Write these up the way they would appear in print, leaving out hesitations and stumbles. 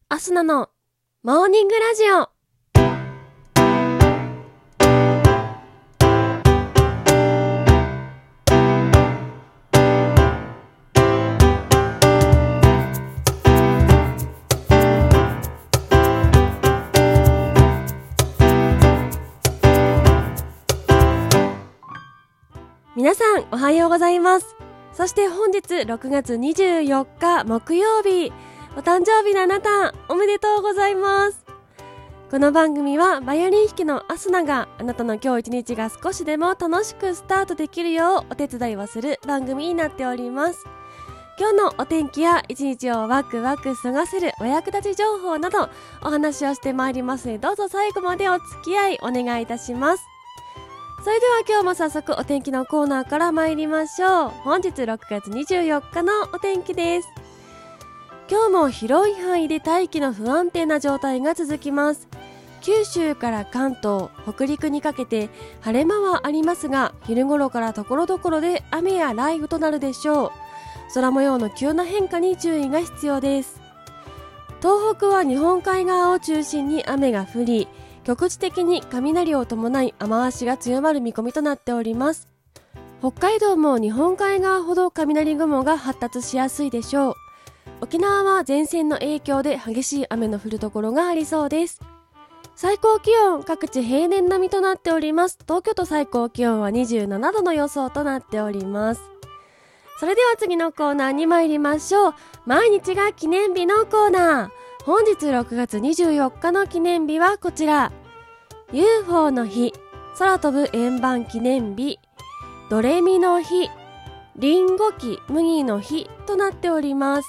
アスナのモーニングラジオ。皆さんおはようございます。そして本日6月24日木曜日、お誕生日のあなたおめでとうございます。この番組はバイオリン弾きのアスナがあなたの今日一日が少しでも楽しくスタートできるようお手伝いをする番組になっております。今日のお天気や一日をワクワク過ごせるお役立ち情報などお話をしてまいりますので、どうぞ最後までお付き合いお願いいたします。それでは今日も早速お天気のコーナーから参りましょう。本日6月24日のお天気です。今日も広い範囲で大気の不安定な状態が続きます。九州から関東、北陸にかけて晴れ間はありますが、昼頃から所々で雨や雷雨となるでしょう。空模様の急な変化に注意が必要です。東北は日本海側を中心に雨が降り、局地的に雷を伴い雨足が強まる見込みとなっております。北海道も日本海側ほど雷雲が発達しやすいでしょう。沖縄は前線の影響で激しい雨の降るところがありそうです。最高気温各地平年並みとなっております。東京都最高気温は27度の予想となっております。それでは次のコーナーに参りましょう。毎日が記念日のコーナー。本日6月24日の記念日はこちら。UFO の日、空飛ぶ円盤記念日、ドレミの日、リンゴ期麦の日となっております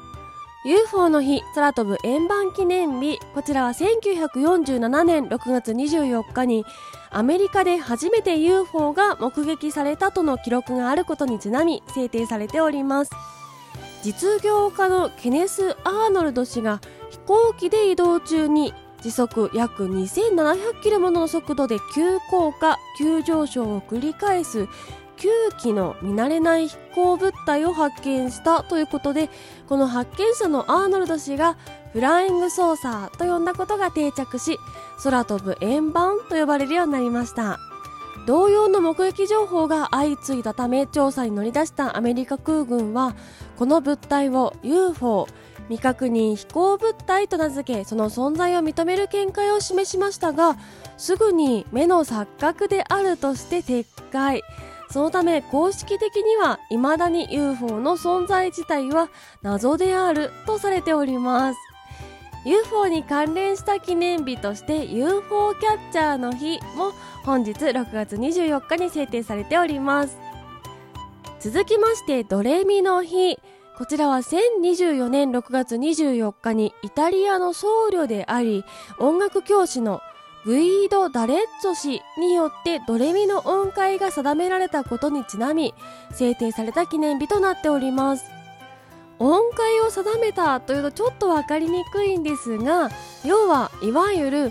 。UFO の日、空飛ぶ円盤記念日、こちらは1947年6月24日にアメリカで初めて UFO が目撃されたとの記録があることにちなみ制定されております。実業家のケネス・アーノルド氏が飛行機で移動中に時速約2700キロもの速度で急降下・急上昇を繰り返す9機の見慣れない飛行物体を発見したということで、この発見者のアーノルド氏がフライングソーサーと呼んだことが定着し、空飛ぶ円盤と呼ばれるようになりました。同様の目撃情報が相次いだため調査に乗り出したアメリカ空軍は、この物体を UFO 未確認飛行物体と名付け、その存在を認める見解を示しましたが、すぐに目の錯覚であるとして撤回。そのため公式的には未だに UFO の存在自体は謎であるとされております。 UFO に関連した記念日として UFO キャッチャーの日も本日6月24日に制定されております。続きましてドレミの日、こちらは1024年6月24日にイタリアの僧侶であり音楽教師のグイード・ダレッツォ氏によってドレミの音階が定められたことにちなみ制定された記念日となっております。音階を定めたというとちょっとわかりにくいんですが、要はいわゆる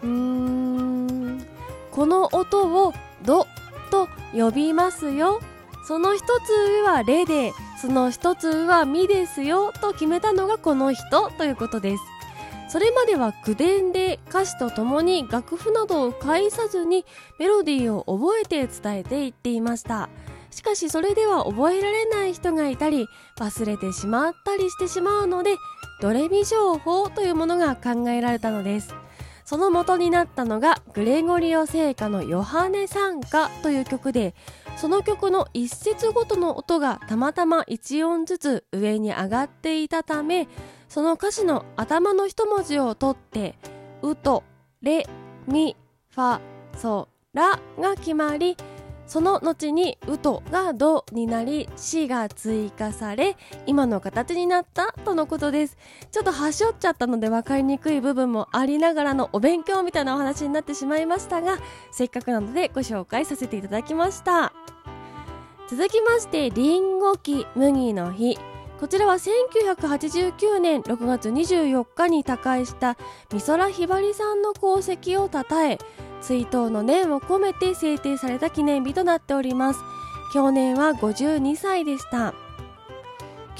この音をドと呼びますよ、その一つ上はレでその一つ上はミですよと決めたのがこの人ということです。それまでは口伝で歌詞とともに楽譜などを介さずにメロディーを覚えて伝えていっていました。しかしそれでは覚えられない人がいたり忘れてしまったりしてしまうので、ドレミ唱法というものが考えられたのです。その元になったのがグレゴリオ聖歌のヨハネ賛歌という曲で、その曲の一節ごとの音がたまたま1音ずつ上に上がっていたため、その歌詞の頭の一文字を取ってウとレミファソラが決まり、その後にウとがドになりシが追加され今の形になったとのことです。ちょっと端折っちゃったので分かりにくい部分もありながらのお勉強みたいなお話になってしまいましたが、せっかくなのでご紹介させていただきました。続きましてリンゴ期麦の日、こちらは1989年6月24日に他界した美空ひばりさんの功績をたたえ追悼の念を込めて制定された記念日となっております。去年は52歳でした。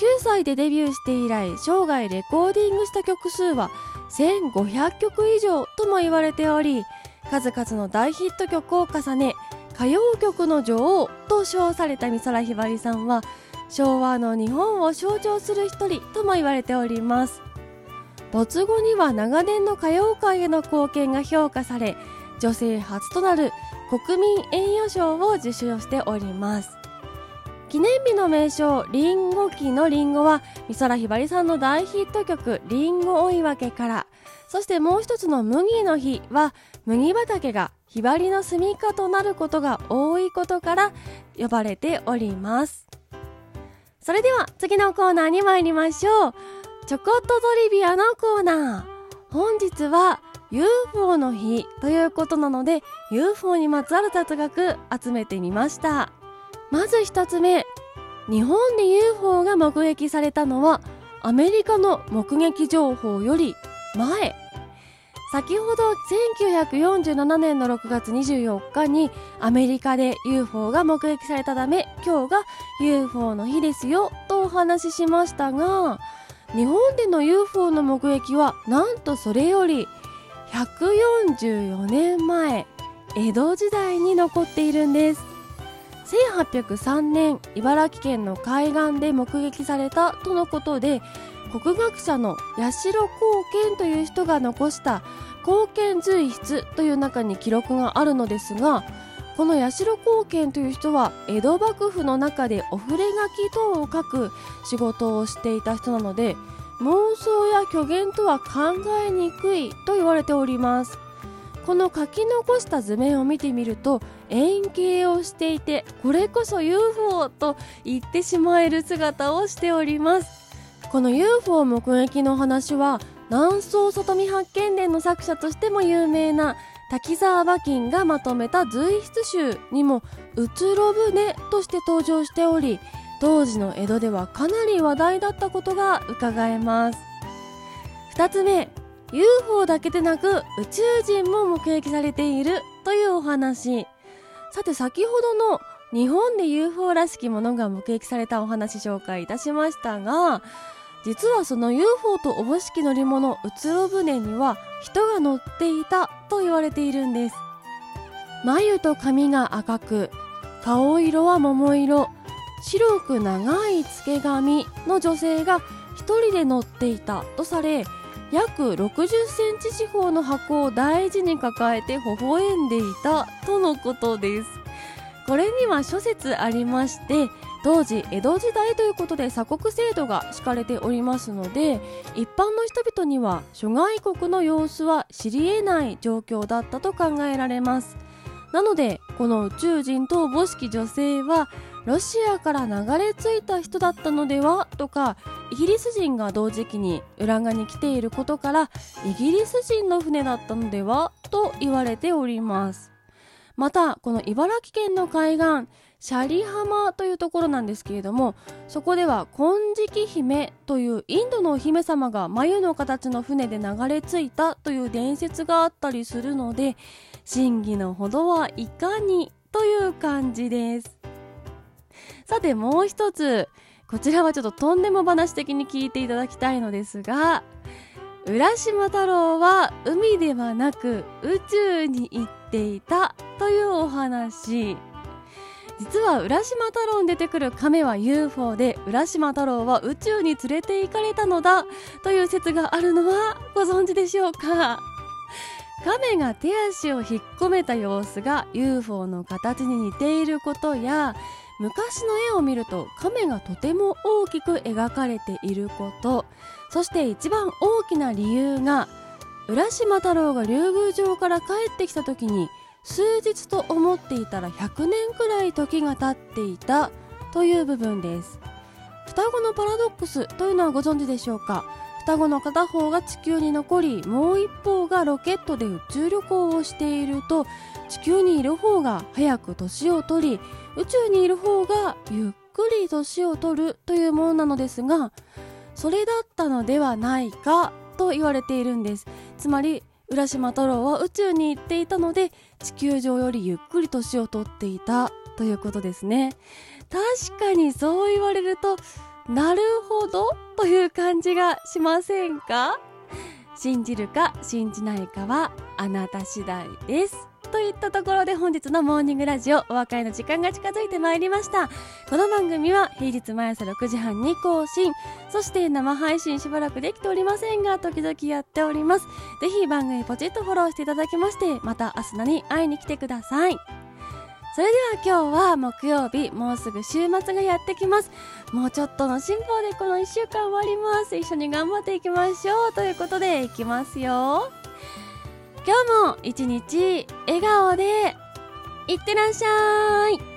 歳でデビューして以来生涯レコーディングした曲数は1500曲以上とも言われており、数々の大ヒット曲を重ね歌謡曲の女王と称された美空ひばりさんは、昭和の日本を象徴する一人とも言われております。没後には長年の歌謡界への貢献が評価され、女性初となる国民栄誉賞を受賞しております。記念日の名称リンゴ期のリンゴは美空ひばりさんの大ヒット曲リンゴ追分から、そしてもう一つの麦の日は麦畑がひばりの住処となることが多いことから呼ばれております。それでは次のコーナーに参りましょう。ちょこっとトリビアのコーナー。本日は UFO の日ということなので UFO にまつわる雑学集めてみました。まず一つ目、日本で UFO が目撃されたのはアメリカの目撃情報より前。先ほど1947年の6月24日にアメリカで UFO が目撃されたため、今日が UFO の日ですよとお話ししましたが、日本での UFO の目撃はなんとそれより144年前、江戸時代に残っているんです。1803年、茨城県の海岸で目撃されたとのことで、国学者の八代光賢という人が残した光賢随筆という中に記録があるのですが、この八代光賢という人は江戸幕府の中でお触れ書き等を書く仕事をしていた人なので、妄想や虚言とは考えにくいと言われております。この書き残した図面を見てみると円形をしていて、これこそ UFO と言ってしまえる姿をしております。この UFO 目撃の話は南総里見八犬伝の作者としても有名な滝沢馬琴がまとめた随筆集にもうつろ舟として登場しており、当時の江戸ではかなり話題だったことが伺えます。2つ目、 UFO だけでなく宇宙人も目撃されているというお話。さて、先ほどの日本で UFO らしきものが目撃されたお話紹介いたしましたが、実はその UFO とおぼしき乗り物うつろ舟には人が乗っていたと言われているんです。眉と髪が赤く、顔色は桃色、白く長いつけ髪の女性が一人で乗っていたとされ、約60センチ四方の箱を大事に抱えて微笑んでいたとのことです。これには諸説ありまして、当時江戸時代ということで鎖国制度が敷かれておりますので、一般の人々には諸外国の様子は知り得ない状況だったと考えられます。なのでこの宇宙人とおぼしき女性はロシアから流れ着いた人だったのではとか、イギリス人が同時期に浦賀に来ていることからイギリス人の船だったのではと言われております。またこの茨城県の海岸、斜里浜というところなんですけれども、そこでは金色姫というインドのお姫様が眉の形の船で流れ着いたという伝説があったりするので、真偽のほどはいかにという感じです。さて、もう一つ、こちらはちょっととんでも話的に聞いていただきたいのですが、浦島太郎は海ではなく宇宙に行っていたというお話。実は浦島太郎に出てくる亀は UFO で、浦島太郎は宇宙に連れて行かれたのだという説があるのはご存知でしょうか。亀が手足を引っ込めた様子が UFO の形に似ていることや、昔の絵を見ると亀がとても大きく描かれていること、そして一番大きな理由が、浦島太郎が竜宮城から帰ってきた時に数日と思っていたら100年くらい時が経っていたという部分です。双子のパラドックスというのはご存知でしょうか。双子の片方が地球に残り、もう一方がロケットで宇宙旅行をしていると、地球にいる方が早く年を取り、宇宙にいる方がゆっくり年を取るというものなのですが、それだったのではないかと言われているんです。つまり浦島太郎は宇宙に行っていたので、地球上よりゆっくり年を取っていたということですね。確かにそう言われるとなるほどという感じがしませんか？信じるか信じないかはあなた次第です。といったところで本日のモーニングラジオお別れの時間が近づいてまいりました。この番組は平日毎朝6時半に更新、そして生配信しばらくできておりませんが時々やっております。ぜひ番組ポチッとフォローしていただきまして、また明日に会いに来てください。それでは今日は木曜日、もうすぐ週末がやってきます。もうちょっとの辛抱でこの1週間終わります。一緒に頑張っていきましょうということでいきますよ。今日も一日笑顔でいってらっしゃい。